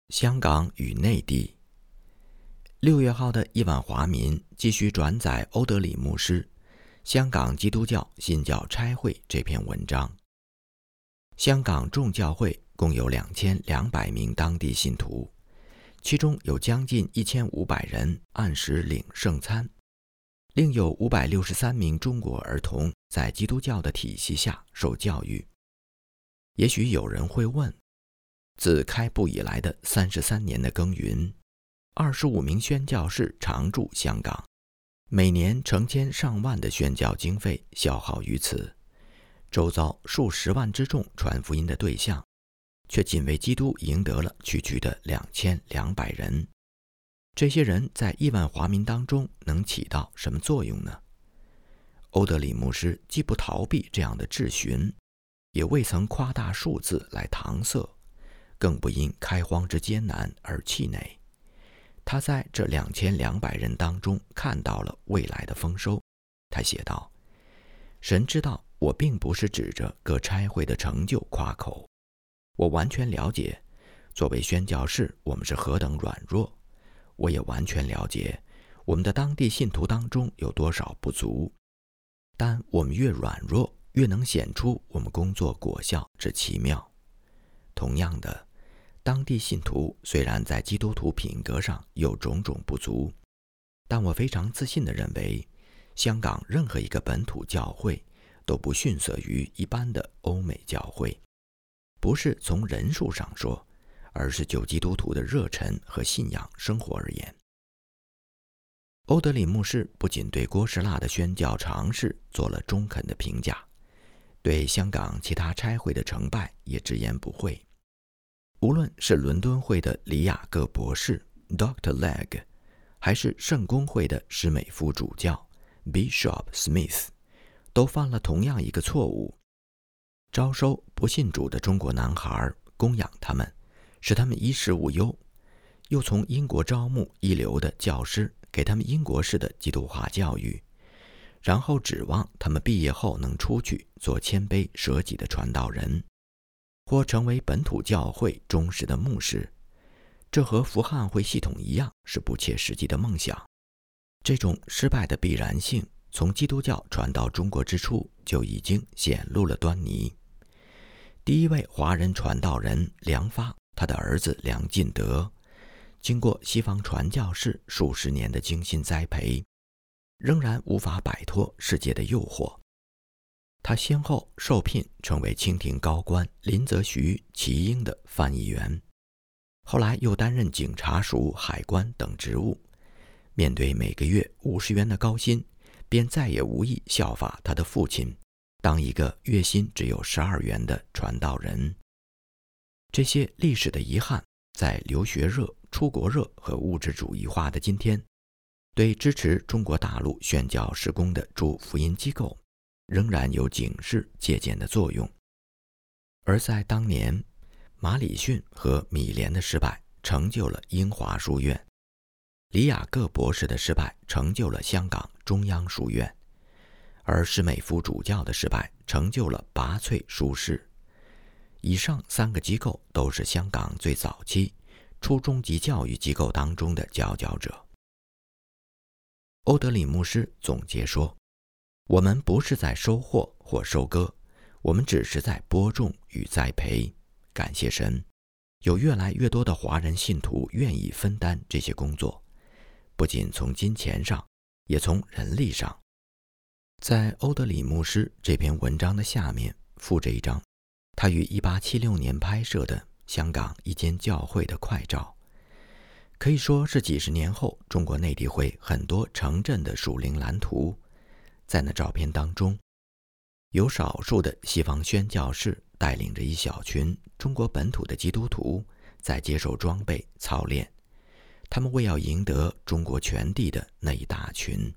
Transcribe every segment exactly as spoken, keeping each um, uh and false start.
香港与内地。六月号的亿万华民继续转载欧德里牧师《香港基督教新教差会》这篇文章。香港众教会共有两千两百名当地信徒，其中有将近一千五百人按时领圣餐，另有五百六十三名中国儿童在基督教的体系下受教育。也许有人会问，自开埠以来的三十三年的耕耘，二十五名宣教士常驻香港，每年成千上万的宣教经费消耗于此，周遭数十万之众传福音的对象，却仅为基督赢得了区区的两千两百人。这些人在亿万华民当中能起到什么作用呢？欧德里牧师既不逃避这样的质询，也未曾夸大数字来搪塞，更不因开荒之艰难而气馁。他在这两千两百人当中看到了未来的丰收。他写道：神知道我并不是指着各差会的成就夸口，我完全了解作为宣教士我们是何等软弱，我也完全了解我们的当地信徒当中有多少不足，但我们越软弱，越能显出我们工作果效之奇妙。同样的，当地信徒虽然在基督徒品格上有种种不足，但我非常自信地认为，香港任何一个本土教会都不逊色于一般的欧美教会，不是从人数上说，而是就基督徒的热忱和信仰生活而言。欧德里牧师不仅对郭士辣的宣教尝试做了中肯的评价，对香港其他差会的成败也直言不讳。无论是伦敦会的里雅各博士 Doctor Legg， 还是圣公会的施美夫主教 Bishop Smith， 都犯了同样一个错误：招收不信主的中国男孩，供养他们，使他们衣食无忧，又从英国招募一流的教师，给他们英国式的基督化教育，然后指望他们毕业后能出去做谦卑舍己的传道人，或成为本土教会忠实的牧师。这和福汉会系统一样，是不切实际的梦想。这种失败的必然性，从基督教传到中国之初就已经显露了端倪。第一位华人传道人梁发，他的儿子梁进德，经过西方传教士数十年的精心栽培，仍然无法摆脱世界的诱惑。他先后受聘成为清廷高官林则徐、齐英的翻译员，后来又担任警察署、海关等职务。面对每个月五十元的高薪，便再也无意效法他的父亲，当一个月薪只有十二元的传道人。这些历史的遗憾，在留学热、出国热和物质主义化的今天，对支持中国大陆宣教事工的诸福音机构仍然有警示借鉴的作用。而在当年，马礼逊和米莲的失败成就了英华书院，里雅各博士的失败成就了香港中央书院，而施美夫主教的失败成就了拔萃书室。以上三个机构都是香港最早期初中级教育机构当中的佼佼者。欧德里牧师总结说，我们不是在收获或收割，我们只是在播种与栽培。感谢神，有越来越多的华人信徒愿意分担这些工作，不仅从金钱上，也从人力上。在欧德里牧师这篇文章的下面附着一张他于一八七六年拍摄的香港一间教会的快照，可以说是几十年后中国内地会很多城镇的属灵蓝图。在那照片当中，有少数的西方宣教士带领着一小群中国本土的基督徒在接受装备操练，他们为要赢得中国全地的那一大群。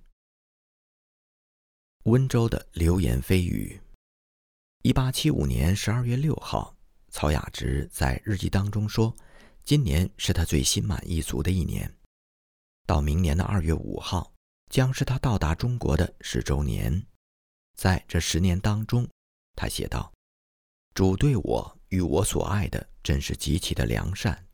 温州的流言蜚语。一八七五年十二月六号，曹雅直在日记当中说，今年是他最心满意足的一年。到明年的二月五号，将是他到达中国的十周年。在这十年当中，他写道：主对我与我所爱的真是极其的良善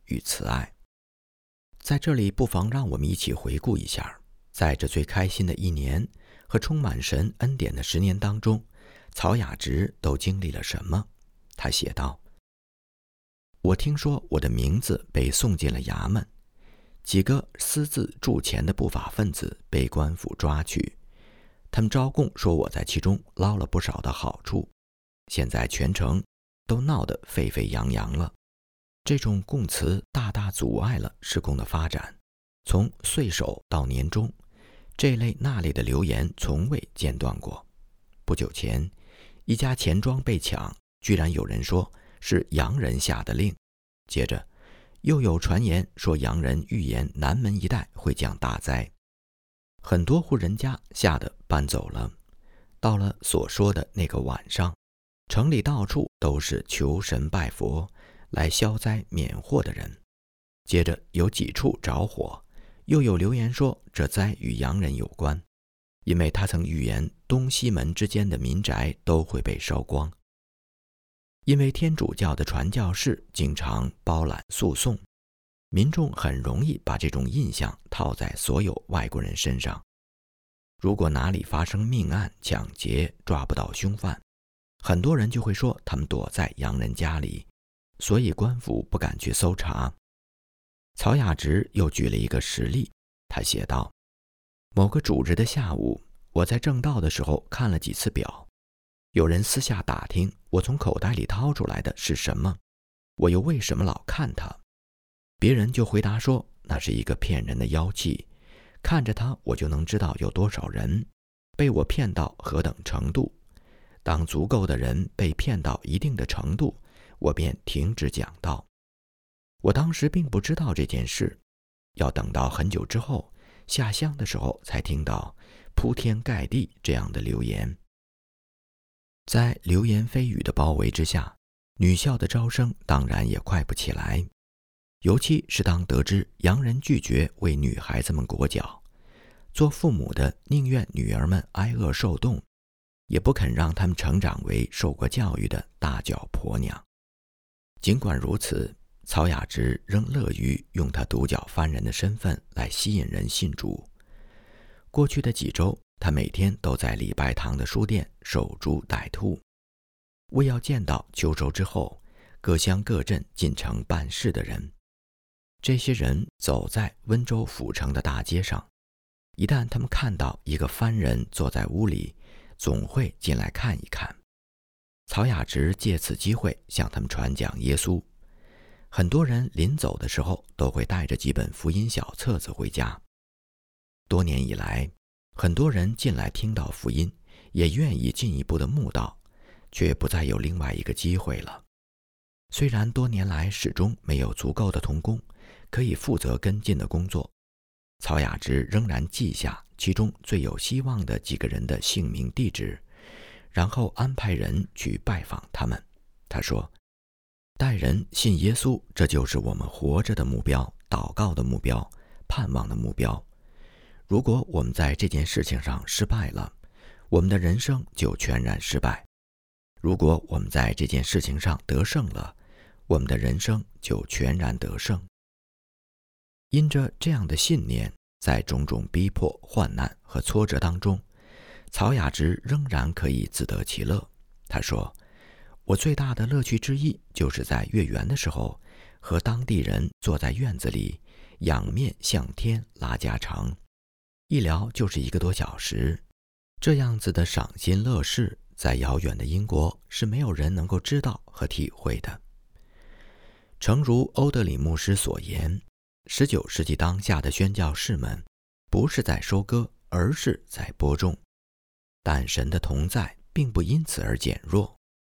与慈爱。在这里，不妨让我们一起回顾一下，在这最开心的一年和充满神恩典的十年当中，曹雅芝都经历了什么。他写道：我听说我的名字被送进了衙门，几个私自铸钱的不法分子被官府抓去，他们招供说我在其中捞了不少的好处，现在全城都闹得沸沸扬扬了。这种供词大大阻碍了事工的发展，从岁首到年终，这类那类的流言从未间断过。不久前，一家钱庄被抢，居然有人说是洋人下的令，接着又有传言说洋人预言南门一带会降大灾，很多户人家吓得搬走了。到了所说的那个晚上，城里到处都是求神拜佛来消灾免祸的人。接着有几处着火，又有流言说这灾与洋人有关，因为他曾预言东西门之间的民宅都会被烧光。因为天主教的传教士经常包揽诉讼，民众很容易把这种印象套在所有外国人身上。如果哪里发生命案、抢劫，抓不到凶犯，很多人就会说他们躲在洋人家里，所以官府不敢去搜查。曹雅芝又举了一个实例，他写道：某个主日的下午，我在正道的时候看了几次表，有人私下打听我从口袋里掏出来的是什么，我又为什么老看它。别人就回答说那是一个骗人的妖器，看着它我就能知道有多少人被我骗到何等程度。当足够的人被骗到一定的程度，我便停止讲道。我当时并不知道这件事，要等到很久之后下乡的时候才听到铺天盖地这样的流言。在流言蜚语的包围之下，女校的招生当然也快不起来，尤其是当得知洋人拒绝为女孩子们裹脚，做父母的宁愿女儿们挨饿受冻，也不肯让他们成长为受过教育的大脚婆娘。尽管如此，曹雅芝仍乐于用她独脚番人的身份来吸引人信主。过去的几周，她每天都在礼拜堂的书店守株待兔，为要见到秋收之后各乡各镇进城办事的人。这些人走在温州府城的大街上，一旦他们看到一个番人坐在屋里，总会进来看一看。曹雅芝借此机会向他们传讲耶稣。很多人临走的时候都会带着几本福音小册子回家。多年以来，很多人进来听到福音，也愿意进一步的慕道，却不再有另外一个机会了。虽然多年来始终没有足够的同工可以负责跟进的工作，曹雅芝仍然记下其中最有希望的几个人的姓名地址，然后安排人去拜访他们。他说，带人信耶稣，这就是我们活着的目标，祷告的目标，盼望的目标。如果我们在这件事情上失败了，我们的人生就全然失败；如果我们在这件事情上得胜了，我们的人生就全然得胜。因着这样的信念，在种种逼迫、患难和挫折当中，曹雅芝仍然可以自得其乐。他说，我最大的乐趣之一就是在月圆的时候和当地人坐在院子里仰面向天拉家常，一聊就是一个多小时。这样子的赏心乐事，在遥远的英国是没有人能够知道和体会的。诚如欧德里牧师所言，十九世纪当下的宣教士们不是在收割，而是在播种，但神的同在并不因此而减弱。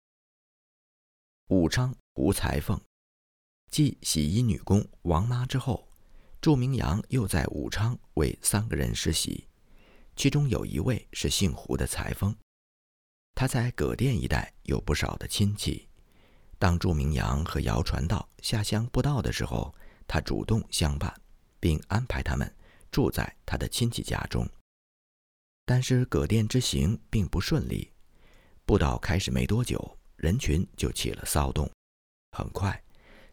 武昌胡裁缝，继洗衣女工王妈之后，祝明阳又在武昌为三个人施洗，其中有一位是姓胡的裁缝。他在葛店一带有不少的亲戚，当祝明阳和姚传道下乡布道的时候，他主动相伴，并安排他们住在他的亲戚家中。但是葛店之行并不顺利，布道开始没多久，人群就起了骚动。很快，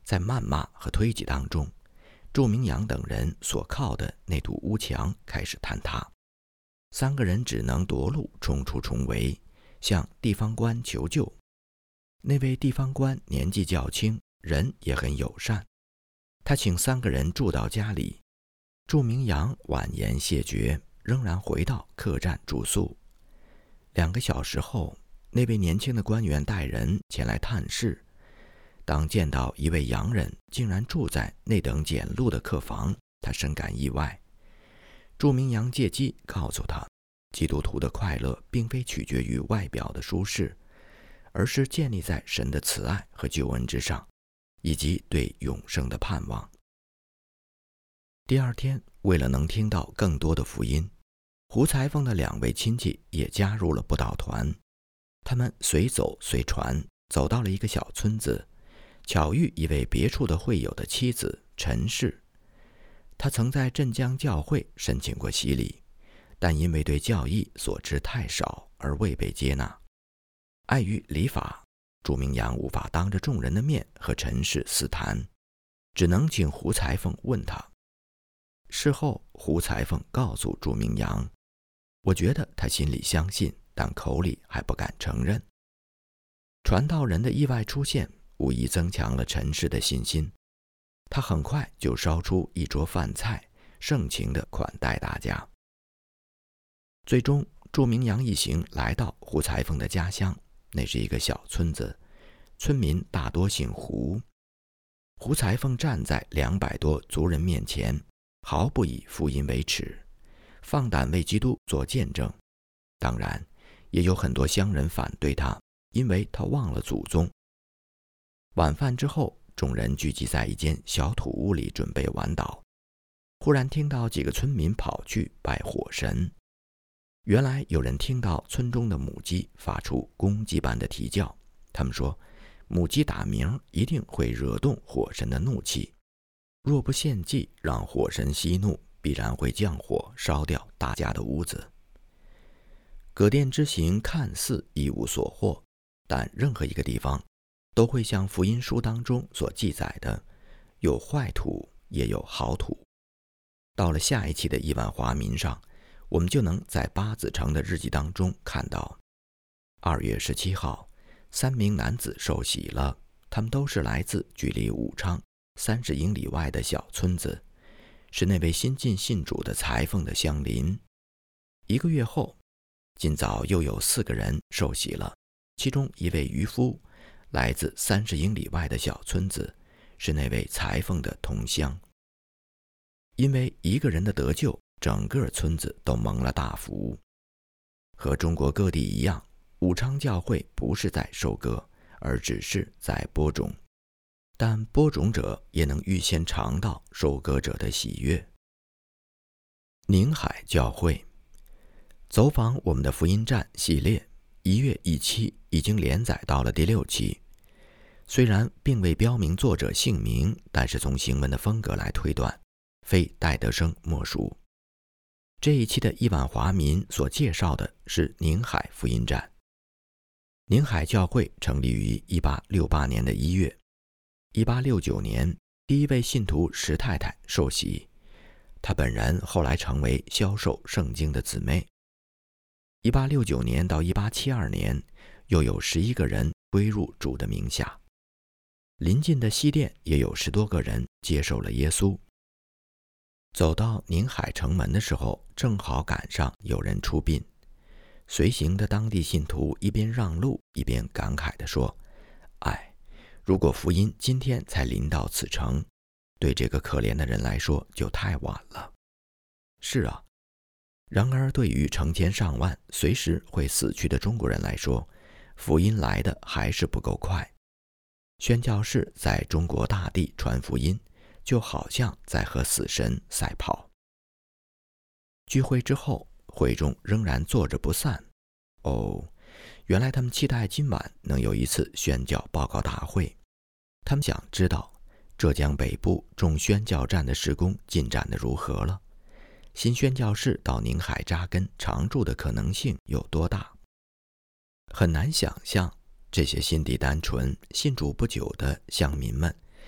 在谩骂和推挤当中，祝明阳等人所靠的那堵屋墙开始坍塌，三个人只能夺路冲出重围，向地方官求救。那位地方官年纪较轻，人也很友善，他请三个人住到家里。祝明阳婉言谢绝，仍然回到客栈住宿。两个小时后，那位年轻的官员带人前来探视，当见到一位洋人竟然住在那等简陋的客房，他深感意外。祝明阳借机告诉他，基督徒的快乐并非取决于外表的舒适，而是建立在神的慈爱和救恩之上，以及对永生的盼望。第二天，为了能听到更多的福音，胡裁缝的两位亲戚也加入了布道团。他们随走随传，走到了一个小村子，巧遇一位别处的会友的妻子陈氏。他曾在镇江教会申请过洗礼，但因为对教义所知太少而未被接纳。碍于礼法，祝明阳无法当着众人的面和陈氏私谈，只能请胡裁缝问他。事后，胡裁缝告诉祝明阳，我觉得他心里相信，但口里还不敢承认。传道人的意外出现，无疑增强了陈氏的信心。他很快就烧出一桌饭菜，盛情地款待大家。最终，祝明阳一行来到胡裁缝的家乡，那是一个小村子，村民大多姓胡。胡裁缝站在两百多族人面前，毫不以福音为耻，放胆为基督做见证。当然，也有很多乡人反对他，因为他忘了祖宗。晚饭之后，众人聚集在一间小土屋里准备晚祷，忽然听到几个村民跑去拜火神。原来有人听到村中的母鸡发出公鸡般的啼叫，他们说母鸡打鸣一定会惹动火神的怒气，若不献祭让火神息怒，必然会降火烧掉大家的屋子。葛店之行看似一无所获，但任何一个地方都会像福音书当中所记载的，有坏土也有好土。到了下一期的亿万华民上，我们就能在八子成的日记当中看到，二月十七号，三名男子受洗了，他们都是来自距离武昌三十英里外的小村子，是那位新晋信主的裁缝的乡邻。一个月后，今早又有四个人受洗了，其中一位渔夫来自三十英里外的小村子，是那位裁缝的同乡。因为一个人的得救，整个村子都蒙了大福。和中国各地一样，武昌教会不是在收割，而只是在播种，但播种者也能预先尝到收割者的喜悦。宁海教会走访我们的福音站系列，一月一期已经连载到了第六期。虽然并未标明作者姓名，但是从行文的风格来推断，非戴德生莫属。这一期的亿万华民所介绍的是宁海福音站。宁海教会成立于一八六八年的一月，一八六九年，第一位信徒石太太受洗，她本人后来成为销售圣经的姊妹。一八六九年到一八七二年，又有十一个人归入主的名下。邻近的西甸也有十多个人接受了耶稣。走到宁海城门的时候，正好赶上有人出殡。随行的当地信徒一边让路，一边感慨地说：哎，如果福音今天才临到此城，对这个可怜的人来说就太晚了。是啊，然而对于成千上万随时会死去的中国人来说，福音来的还是不够快。宣教士在中国大地传福音，就好像在和死神赛跑。聚会之后，会众仍然坐着不散。哦，原来他们期待今晚能有一次宣教报告大会。他们想知道浙江北部众宣教站的施工进展得如何了，新宣教士到宁海扎根常住的可能性有多大。很难想象这些心地单纯、信主不久的乡民们，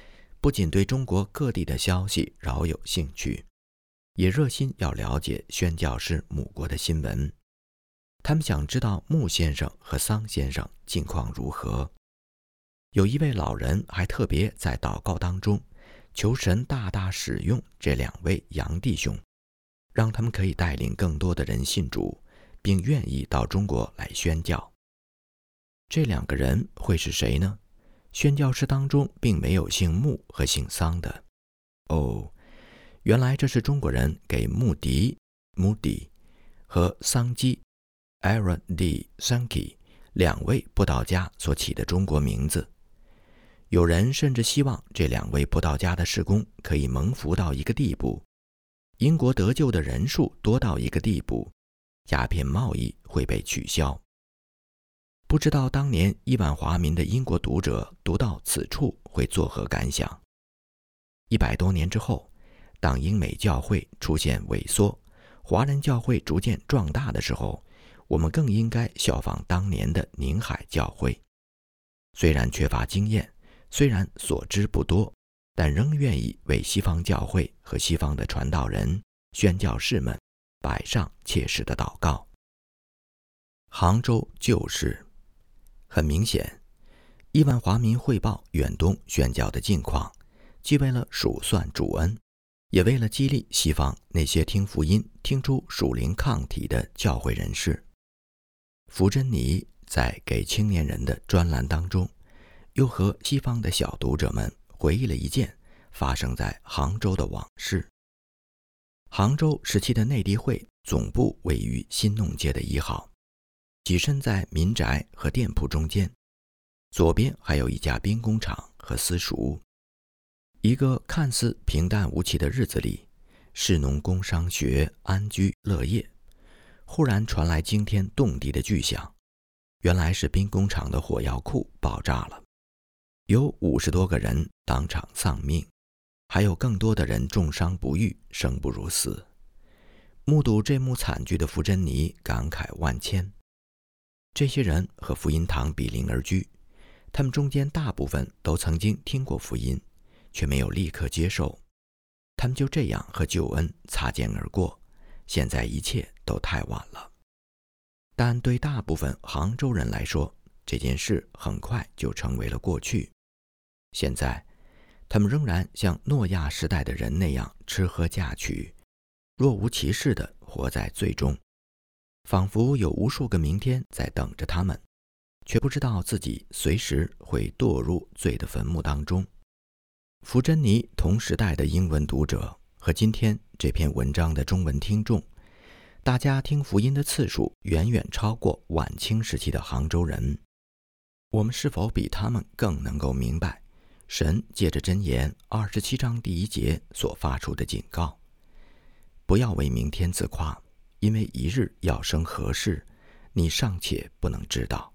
不仅对中国各地的消息饶有兴趣，也热心要了解宣教士母国的新闻。他们想知道穆先生和桑先生近况如何。有一位老人还特别在祷告当中求神大大使用这两位杨弟兄，让他们可以带领更多的人信主，并愿意到中国来宣教。这两个人会是谁呢？宣教士当中并没有姓穆和姓桑的。哦，原来这是中国人给穆迪 Moody 和桑基 Aaron D. Sankey 两位布道家所起的中国名字。有人甚至希望这两位布道家的事工可以蒙福到一个地步，英国得救的人数多到一个地步，鸦片贸易会被取消。不知道当年亿万华民的英国读者读到此处会作何感想？一百多年之后，当英美教会出现萎缩，华人教会逐渐壮大的时候，我们更应该效仿当年的宁海教会。虽然缺乏经验，虽然所知不多，但仍愿意为西方教会和西方的传道人、宣教士们摆上切实的祷告。杭州旧事。很明显，亿万华民汇报远东宣教的近况，既为了数算主恩，也为了激励西方那些听福音听出属灵抗体的教会人士。福珍妮在给青年人的专栏当中，又和西方的小读者们回忆了一件发生在杭州的往事。杭州时期的内地会总部位于新弄街的一号，跻身在民宅和店铺中间，左边还有一家兵工厂和私塾。一个看似平淡无奇的日子里，士农工商学安居乐业，忽然传来惊天动地的巨响，原来是兵工厂的火药库爆炸了，有五十多个人当场丧命，还有更多的人重伤不愈，生不如死。目睹这幕惨剧的福珍妮感慨万千。这些人和福音堂比邻而居，他们中间大部分都曾经听过福音，却没有立刻接受。他们就这样和救恩擦肩而过，现在一切都太晚了。但对大部分杭州人来说，这件事很快就成为了过去。现在，他们仍然像诺亚时代的人那样吃喝嫁娶，若无其事地活在罪中，仿佛有无数个明天在等着他们，却不知道自己随时会堕入罪的坟墓当中。福珍妮同时代的英文读者和今天这篇文章的中文听众，大家听福音的次数远远超过晚清时期的杭州人。我们是否比他们更能够明白神借着箴言二十七章第一节所发出的警告？不要为明天自夸，因为一日要生何事，你尚且不能知道。